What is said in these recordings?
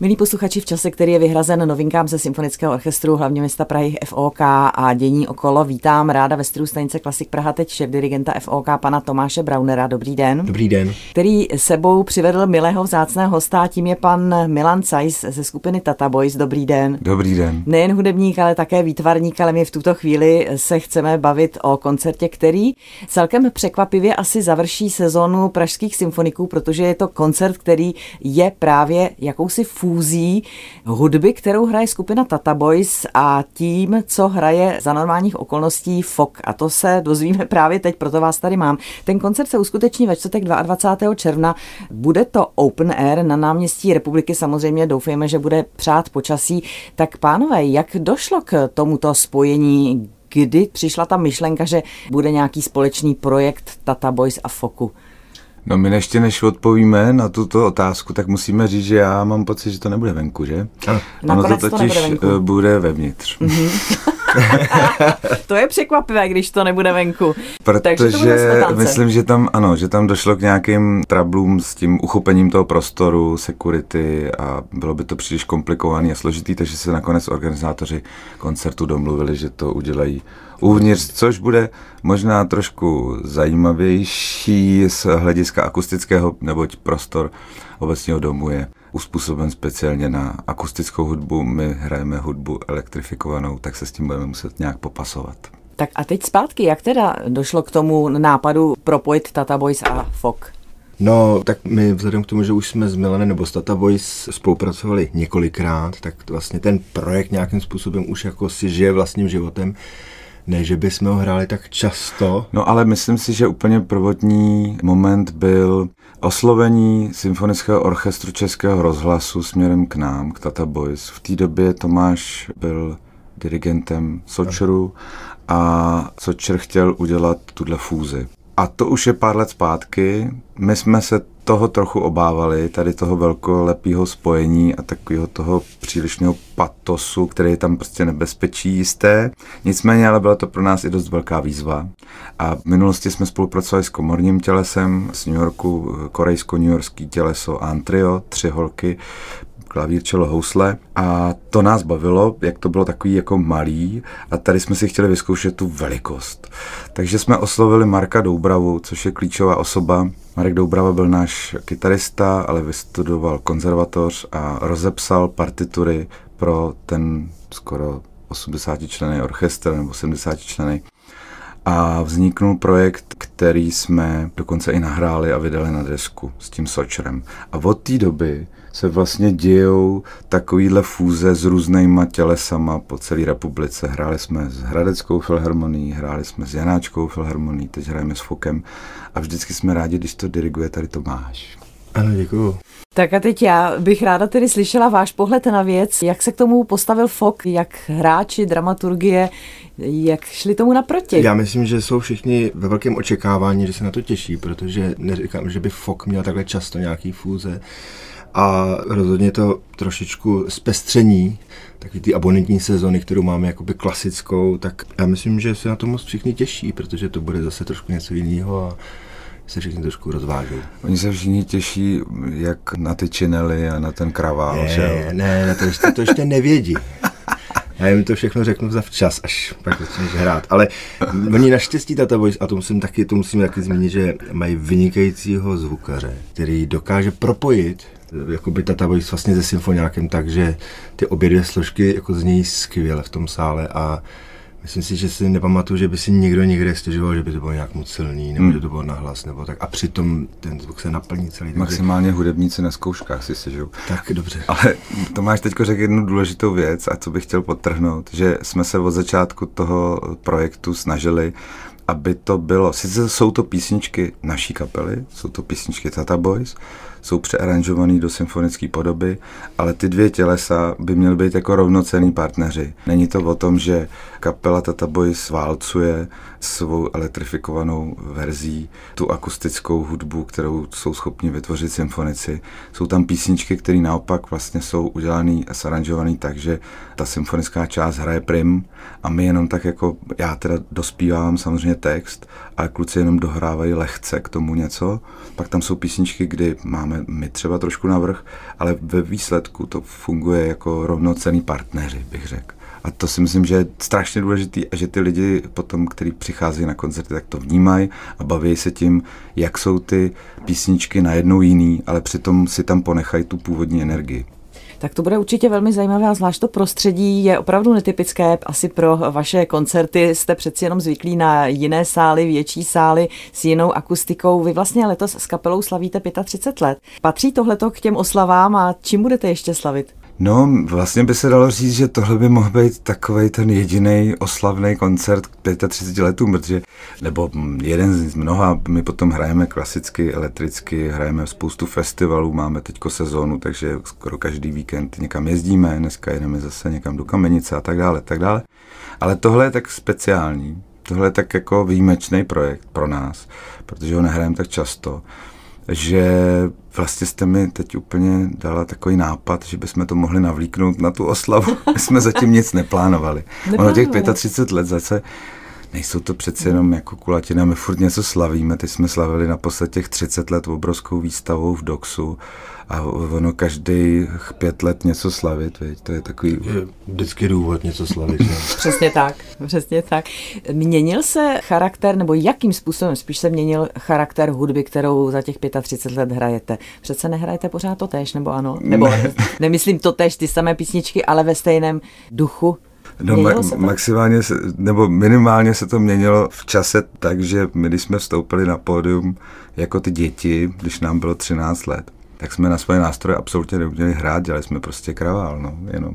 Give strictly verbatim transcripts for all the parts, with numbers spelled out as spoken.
Milí posluchači, v čase, který je vyhrazen novinkám ze Symfonického orchestru hlavně města Prahy F O K a dění okolo, vítám ráda ve studiu stanice Klasik Praha teď šéfdirigenta F O K pana Tomáše Braunera. Dobrý den. Dobrý den. Který sebou přivedl milého vzácného hosta, tím je pan Milan Cajs ze skupiny Tata Boys. Dobrý den. Dobrý den. Nejen hudebník, ale také výtvarník, ale my v tuto chvíli se chceme bavit o koncertě, který celkem překvapivě asi završí sezonu pražských symfoniků, protože je to koncert, který je právě jakousi fúzí hudby, kterou hraje skupina Tata Boys a tím, co hraje za normálních okolností F O K. A to se dozvíme právě teď, proto vás tady mám. Ten koncert se uskuteční ve čtvrtek dvacátého druhého června. Bude to open air na náměstí Republiky, samozřejmě doufejme, že bude přát počasí. Tak pánové, jak došlo k tomuto spojení? Kdy přišla ta myšlenka, že bude nějaký společný projekt Tata Boys a F O Ku? No my ještě než odpovíme na tuto otázku, tak musíme říct, že já mám pocit, že to nebude venku, že? Ono to totiž to bude vevnitř. Mm-hmm. To je překvapivé, když to nebude venku. Protože myslím, že tam, ano, že tam došlo k nějakým trablům s tím uchopením toho prostoru, security a bylo by to příliš komplikovaný a složitý, takže se nakonec organizátoři koncertu domluvili, že to udělají uvnitř, což bude možná trošku zajímavější z hlediska akustického, neboť prostor obecního domu je uspůsoben speciálně na akustickou hudbu. My hrajeme hudbu elektrifikovanou, tak se s tím budeme muset nějak popasovat. Tak a teď zpátky, jak teda došlo k tomu nápadu propojit Tata Boys a F O K? No, tak my vzhledem k tomu, že už jsme s Milanem nebo s Tata Boys spolupracovali několikrát, tak vlastně ten projekt nějakým způsobem už jako si žije vlastním životem. Ne, že bychom ho hráli tak často. No ale myslím si, že úplně prvotní moment byl oslovení Symfonického orchestru Českého rozhlasu směrem k nám, k Tata Boys. V té době Tomáš byl dirigentem Sočru a Sočr chtěl udělat tuhle fúzi. A to už je pár let zpátky. My jsme se toho trochu obávali, tady toho velkolepého spojení a takového toho přílišného patosu, který je tam prostě nebezpečí jisté. Nicméně, ale byla to pro nás i dost velká výzva. A v minulosti jsme spolupracovali s komorním tělesem z New Yorku, korejsko-newyorský těleso Antrio, tři holky, klavír, čelo, housle a to nás bavilo, jak to bylo takový jako malý a tady jsme si chtěli vyzkoušet tu velikost. Takže jsme oslovili Marka Doubravu, což je klíčová osoba. Marek Doubrava byl náš kytarista, ale vystudoval konzervatoř a rozepsal partitury pro ten skoro osmdesátičlenný orchestr nebo sedmdesátičlenný. A vzniknul projekt, který jsme dokonce i nahráli a vydali na desku s tím Sočrem. A od té doby se vlastně dějou takovýhle fúze s různýma tělesama po celé republice. Hráli jsme s Hradeckou filharmonií, hráli jsme s Janáčkou filharmonií, teď hrajeme s F O Kem a vždycky jsme rádi, když to diriguje tady Tomáš. Ano, děkuju. Tak a teď já bych ráda tedy slyšela váš pohled na věc, jak se k tomu postavil F O K, jak hráči, dramaturgie, jak šli tomu naproti. Já myslím, že jsou všichni ve velkém očekávání, že se na to těší, protože neříkám, že by F O K měl takhle často nějaký fúze a rozhodně to trošičku zpestření, taky ty abonentní sezony, kterou máme jakoby klasickou, tak já myslím, že se na to moc všichni těší, protože to bude zase trošku něco jiného a se všichni trošku rozvážou. Oni se všichni těší jak na ty činely a na ten kravál, ne, že? Ne, ne, to ještě, to ještě nevědí. Já jim to všechno řeknu zavčas, až pak začneš hrát. Ale oni naštěstí Tata Boys, a to musím taky, to musím taky zmínit, že mají vynikajícího zvukaře, který dokáže propojit jakoby Tata Boys vlastně se symfoniákem, takže ty obě dvě složky jako znějí skvěle v tom sále a myslím si, že si nepamatuju, že by si někdo někde stěžoval, že by to bylo nějak moc silný, nebo hmm. že to bylo nahlas, nebo tak. A přitom ten zvuk se naplní celý. Maximálně takže hudebníci na zkouškách si stěžují. Tak, dobře. Ale Tomáš teďko řekl jednu důležitou věc, a co bych chtěl podtrhnout, že jsme se od začátku toho projektu snažili, aby to bylo, sice jsou to písničky naší kapely, jsou to písničky Tata Boys, jsou přearanžovaný do symfonické podoby, ale ty dvě tělesa by měly být jako rovnocenní partneři. Není to o tom, že kapela Tata Boys válcuje svou elektrifikovanou verzí tu akustickou hudbu, kterou jsou schopni vytvořit symfonici. Jsou tam písničky, které naopak vlastně jsou udělané a aranžované tak, že ta symfonická část hraje prim a my jenom tak jako, já teda dospívám samozřejmě vyloženě text, ale kluci jenom dohrávají lehce k tomu něco. Pak tam jsou písničky, kdy máme my třeba trošku navrch, ale ve výsledku to funguje jako rovnocenný partneři, bych řekl. A to si myslím, že je strašně důležitý a že ty lidi potom, kteří přicházejí na koncerty, tak to vnímají a baví se tím, jak jsou ty písničky najednou jiný, ale přitom si tam ponechají tu původní energii. Tak to bude určitě velmi zajímavé a zvlášť to prostředí je opravdu netypické. Asi pro vaše koncerty jste přeci jenom zvyklí na jiné sály, větší sály s jinou akustikou. Vy vlastně letos s kapelou slavíte třicet pět let. Patří tohleto k těm oslavám a čím budete ještě slavit? No, vlastně by se dalo říct, že tohle by mohl být takovej ten jediný oslavný koncert k třiceti pěti letům, protože, nebo jeden z mnoha, my potom hrajeme klasicky, elektricky, hrajeme spoustu festivalů, máme teďko sezónu, takže skoro každý víkend někam jezdíme, dneska jedeme zase někam do Kamenice a tak dále, tak dále. Ale tohle je tak speciální, tohle je tak jako výjimečný projekt pro nás, protože ho nehrajeme tak často, že vlastně jste mi teď úplně dala takový nápad, že bychom to mohli navlíknout na tu oslavu. My jsme zatím nic neplánovali. Ono těch třicet pět let zase nejsou to přece jenom jako kulatina, my furt něco slavíme. Teď jsme slavili naposled těch třicet let obrovskou výstavou v Doxu a ono každý pět let něco slavit, viď? To je takový... Je vždycky důvod něco slavit. Přesně tak, přesně tak. Měnil se charakter, nebo jakým způsobem spíš se měnil charakter hudby, kterou za těch třicet pět let hrajete? Přece nehrajete pořád to též, nebo ano? Nebo ne. Nemyslím to též, ty samé písničky, ale ve stejném duchu. No ma- maximálně, se, nebo minimálně se to měnilo v čase tak, že my, když jsme vstoupili na pódium jako ty děti, když nám bylo třináct let, tak jsme na svoje nástroje absolutně neuměli hrát, dělali jsme prostě kravál, no, jenom.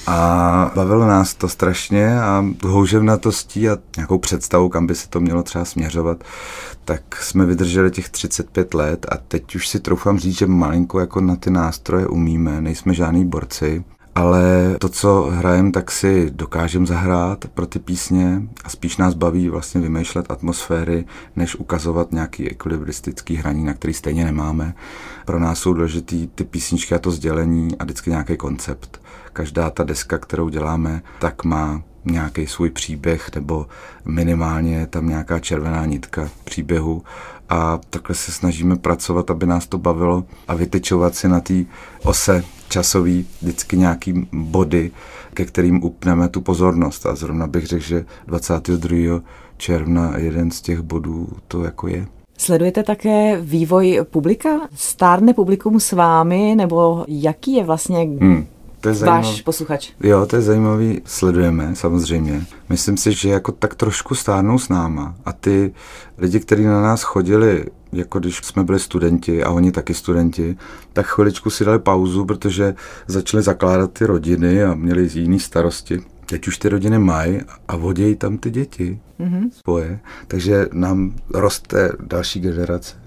A bavilo nás to strašně a houževnatostí a nějakou představu, kam by se to mělo třeba směřovat, tak jsme vydrželi těch třicet pět let a teď už si troufám říct, že malinko jako na ty nástroje umíme, nejsme žádný borci, ale to, co hrajeme, tak si dokážeme zahrát pro ty písně a spíš nás baví vlastně vymýšlet atmosféry, než ukazovat nějaký ekvilibristický hraní, na který stejně nemáme. Pro nás jsou důležitý ty písničky a to sdělení a vždycky nějaký koncept. Každá ta deska, kterou děláme, tak má nějaký svůj příběh nebo minimálně je tam nějaká červená nitka příběhu a takhle se snažíme pracovat, aby nás to bavilo a vytyčovat si na té ose časový vždycky nějaký body, ke kterým upneme tu pozornost a zrovna bych řekl, že dvacátého druhého června jeden z těch bodů to jako je. Sledujete také vývoj publika? Stárne publikum s vámi, nebo jaký je vlastně hmm, to je váš zajímavý posluchač? Jo, to je zajímavý, sledujeme samozřejmě. Myslím si, že jako tak trošku stárnou s náma a ty lidi, kteří na nás chodili, jako když jsme byli studenti a oni taky studenti, tak chviličku si dali pauzu, protože začali zakládat ty rodiny a měli jiný starosti. Teď už ty rodiny mají a vodějí tam ty děti mm-hmm. svoje, takže nám roste další generace.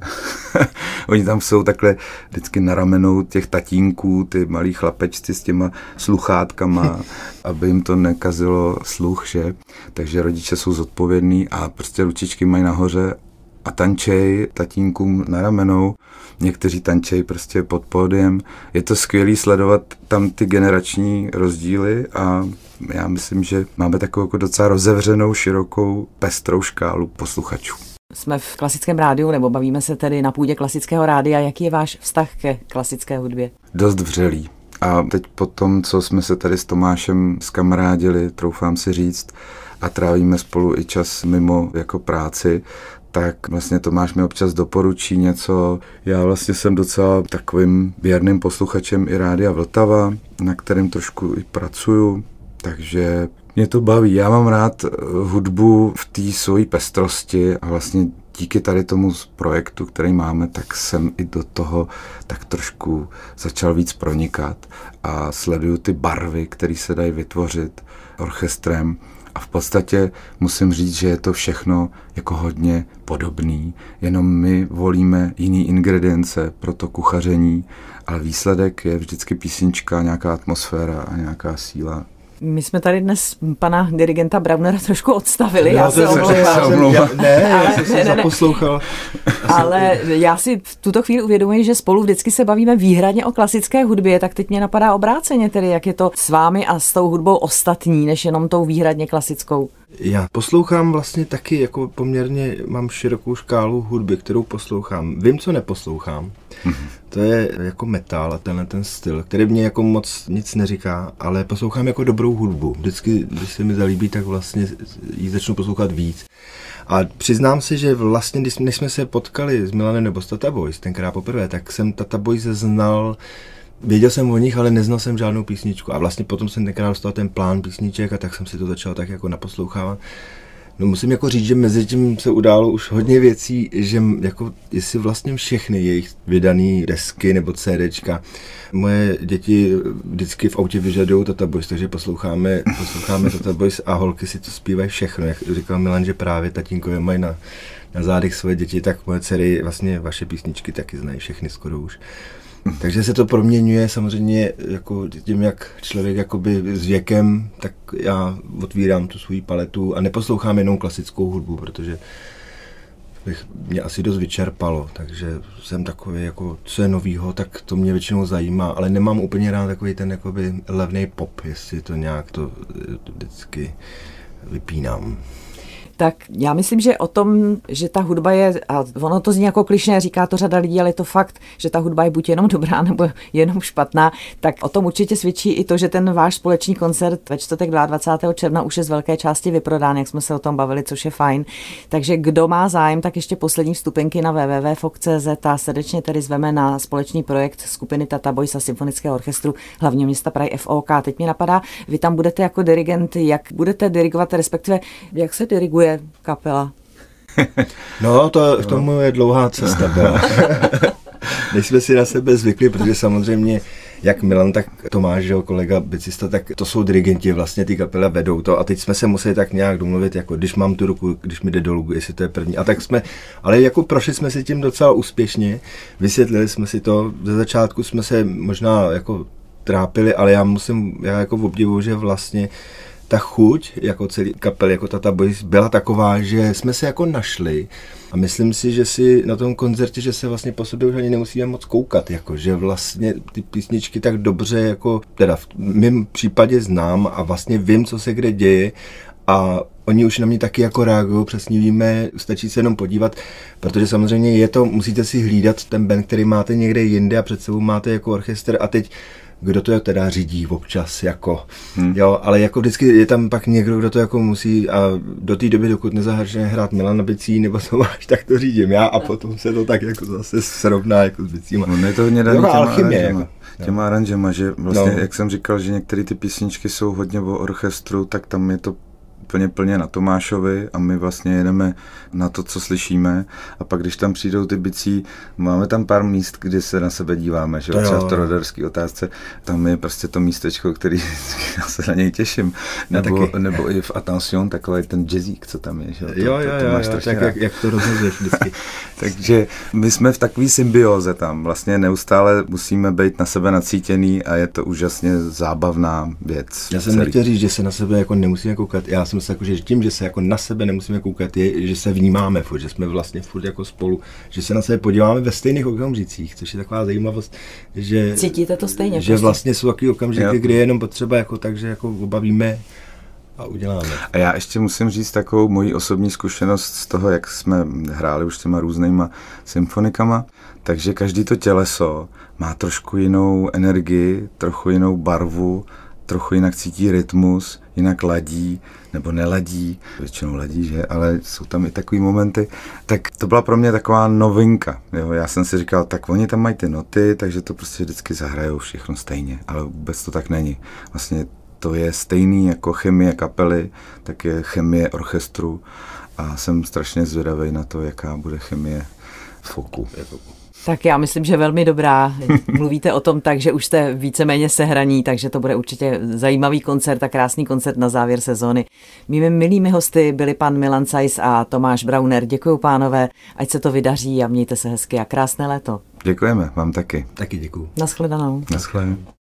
Oni tam jsou takhle vždycky na ramenou těch tatínků, ty malí chlapečci s těma sluchátkama, aby jim to nekazilo sluch, že? Takže rodiče jsou zodpovědní a prostě ručičky mají nahoře a tančej tatínkům na ramenou. Někteří tančejí prostě pod pódiem. Je to skvělý sledovat tam ty generační rozdíly a já myslím, že máme takovou jako docela rozevřenou, širokou, pestrou škálu posluchačů. Jsme v klasickém rádiu, nebo bavíme se tedy na půdě klasického rádia. Jaký je váš vztah ke klasické hudbě? Dost vřelý. A teď po tom, co jsme se tady s Tomášem zkamarádili, troufám si říct, a trávíme spolu i čas mimo jako práci, tak vlastně Tomáš mi občas doporučí něco. Já vlastně jsem docela takovým věrným posluchačem i Rádia Vltava, na kterém trošku i pracuju, takže mě to baví. Já mám rád hudbu v té své pestrosti a vlastně díky tady tomu projektu, který máme, tak jsem i do toho tak trošku začal víc pronikat a sleduju ty barvy, které se dají vytvořit orchestrem. A v podstatě musím říct, že je to všechno jako hodně podobný, jenom my volíme jiný ingredience pro to kuchaření, ale výsledek je vždycky písnička, nějaká atmosféra a nějaká síla. My jsme tady dnes pana dirigenta Braunera trošku odstavili. Já, já se omlouvám. Ne, já jsem se zaposlouchal. Ale já si v tuto chvíli uvědomuji, že spolu vždycky se bavíme výhradně o klasické hudbě, tak teď mě napadá obráceně tedy, jak je to s vámi a s tou hudbou ostatní, než jenom tou výhradně klasickou. Já poslouchám vlastně taky, jako poměrně mám širokou škálu hudby, kterou poslouchám. Vím, co neposlouchám. Mm-hmm. To je jako metal a tenhle ten styl, který mě jako moc nic neříká, ale poslouchám jako dobrou hudbu. Vždycky, když se mi zalíbí, tak vlastně ji začnu poslouchat víc. A přiznám si, že vlastně, když jsme, jsme se potkali s Milanem nebo s Tata Boys tenkrát poprvé, tak jsem Tata Boys znal. Věděl jsem o nich, ale neznal jsem žádnou písničku a vlastně potom jsem tenkrát dostal ten plán písniček a tak jsem si to začal tak jako naposlouchávat. No musím jako říct, že mezi tím se událo už hodně věcí, že jako jestli vlastně všechny jejich vydané desky nebo CDčka. Moje děti vždycky v autě vyžadují Tata Boys, takže posloucháme, posloucháme Tata Boys a holky si to zpívají všechno. Jak říkal Milan, že právě tatínkové mají na, na zádech svoje děti, tak moje dcery vlastně vaše písničky taky znají všechny skoro už. Takže se to proměňuje samozřejmě jako tím, jak člověk jakoby s věkem, tak já otvírám tu svou paletu a neposlouchám jenom klasickou hudbu, protože bych mě asi dost vyčerpalo, takže jsem takový, jako, co je novýho, tak to mě většinou zajímá, ale nemám úplně rád takový ten jakoby levnej pop, jestli to nějak to vždycky vypínám. Tak já myslím, že o tom, že ta hudba je, a ono to zní jako klišé, říká to řada lidí, ale je to fakt, že ta hudba je buď jenom dobrá, nebo jenom špatná, tak o tom určitě svědčí i to, že ten váš společný koncert ve čtvrtek dvacátého druhého června už je z velké části vyprodán, jak jsme se o tom bavili, což je fajn. Takže kdo má zájem, tak ještě poslední vstupenky na w w w tečka fok tečka c z a srdečně tedy zveme na společný projekt skupiny Tata Boys a Symfonického orchestru hlavního města Prahy F O K. Teď mi napadá, vy tam budete jako dirigent, jak budete dirigovat, respektive jak se diriguje kapela? No, to, k tomu je dlouhá cesta byla. Než jsme si na sebe zvykli, protože samozřejmě jak Milan, tak Tomáš, že jo, kolega bicista, tak to jsou dirigenti, vlastně ty kapela vedou to a teď jsme se museli tak nějak domluvit, jako když mám tu ruku, když mi jde dolů, jestli to je první. A tak jsme, ale jako prošli jsme si tím docela úspěšně, vysvětlili jsme si to, ze začátku jsme se možná jako trápili, ale já musím, já jako obdivuju, že vlastně ta chuť, jako celý kapel, jako Tata Boys, byla taková, že jsme se jako našli a myslím si, že si na tom koncertě, že se vlastně po sobě už ani nemusíme moc koukat, jako, že vlastně ty písničky tak dobře, jako teda v mém případě znám a vlastně vím, co se kde děje a oni už na mě taky jako reagují, přesně víme, stačí se jenom podívat, protože samozřejmě je to, musíte si hlídat ten band, který máte někde jinde a před sebou máte jako orchestr a teď kdo to teda řídí občas, jako, hmm. jo, ale jako vždycky je tam pak někdo, kdo to jako musí a do té doby, dokud nezahrne hrát Milan na bicí nebo Tomáš, tak to řídím já a potom se to tak jako zase srovná jako s bicíma. No je to hodně daný těma alchymie, aranžema, jako. těma aranžema, že vlastně, no. Jak jsem říkal, že některé ty písničky jsou hodně o orchestru, tak tam je to úplně plně na Tomášovi a my vlastně jedeme na to, co slyšíme a pak, když tam přijdou ty bicí, máme tam pár míst, kdy se na sebe díváme, že třeba v Toroderské otázce, tam je prostě to místečko, který já se na něj těším, nebo, nebo i v Attention, takový ten jazzík, co tam je, že to, jo, jo, to, to máš jo, tak jak, jak to rozhazuješ vždycky. Takže my jsme v takové symbioze tam, vlastně neustále musíme být na sebe nacítěný a je to úžasně zábavná věc. Já jsem nechtěl říct, že se na sebe jako nemusíme koukat, já jsem se jako, že tím, že se jako na sebe nemusíme koukat, je, že se vnímáme furt, že jsme vlastně furt jako spolu, že se na sebe podíváme ve stejných okamžicích, což je taková zajímavost, že cítíte to stejně, že prostě vlastně jsou takový okamžiky, jo. Kdy je jenom potřeba jako tak, že jako obavíme a uděláme. A já ještě musím říct takovou moji osobní zkušenost z toho, jak jsme hráli už s těma různýma symfonikama, takže každý to těleso má trošku jinou energii, trochu jinou barvu, trochu jinak cítí rytmus, jinak ladí, nebo neladí, většinou ladí, že, ale jsou tam i takový momenty, tak to byla pro mě taková novinka, jo, já jsem si říkal, tak oni tam mají ty noty, takže to prostě vždycky zahrajou všechno stejně, ale vůbec to tak není, vlastně to je stejný jako chemie kapely, tak je chemie orchestru a jsem strašně zvědavý na to, jaká bude chemie Foku. Tak já myslím, že velmi dobrá. Mluvíte o tom tak, že už jste víceméně sehraní, takže to bude určitě zajímavý koncert a krásný koncert na závěr sezóny. Mými milými hosty byli pan Milan Cajs a Tomáš Brauner. Děkuju, pánové, ať se to vydaří a mějte se hezky a krásné léto. Děkujeme, vám taky. Taky děkuju. Naschledanou. Naschledanou.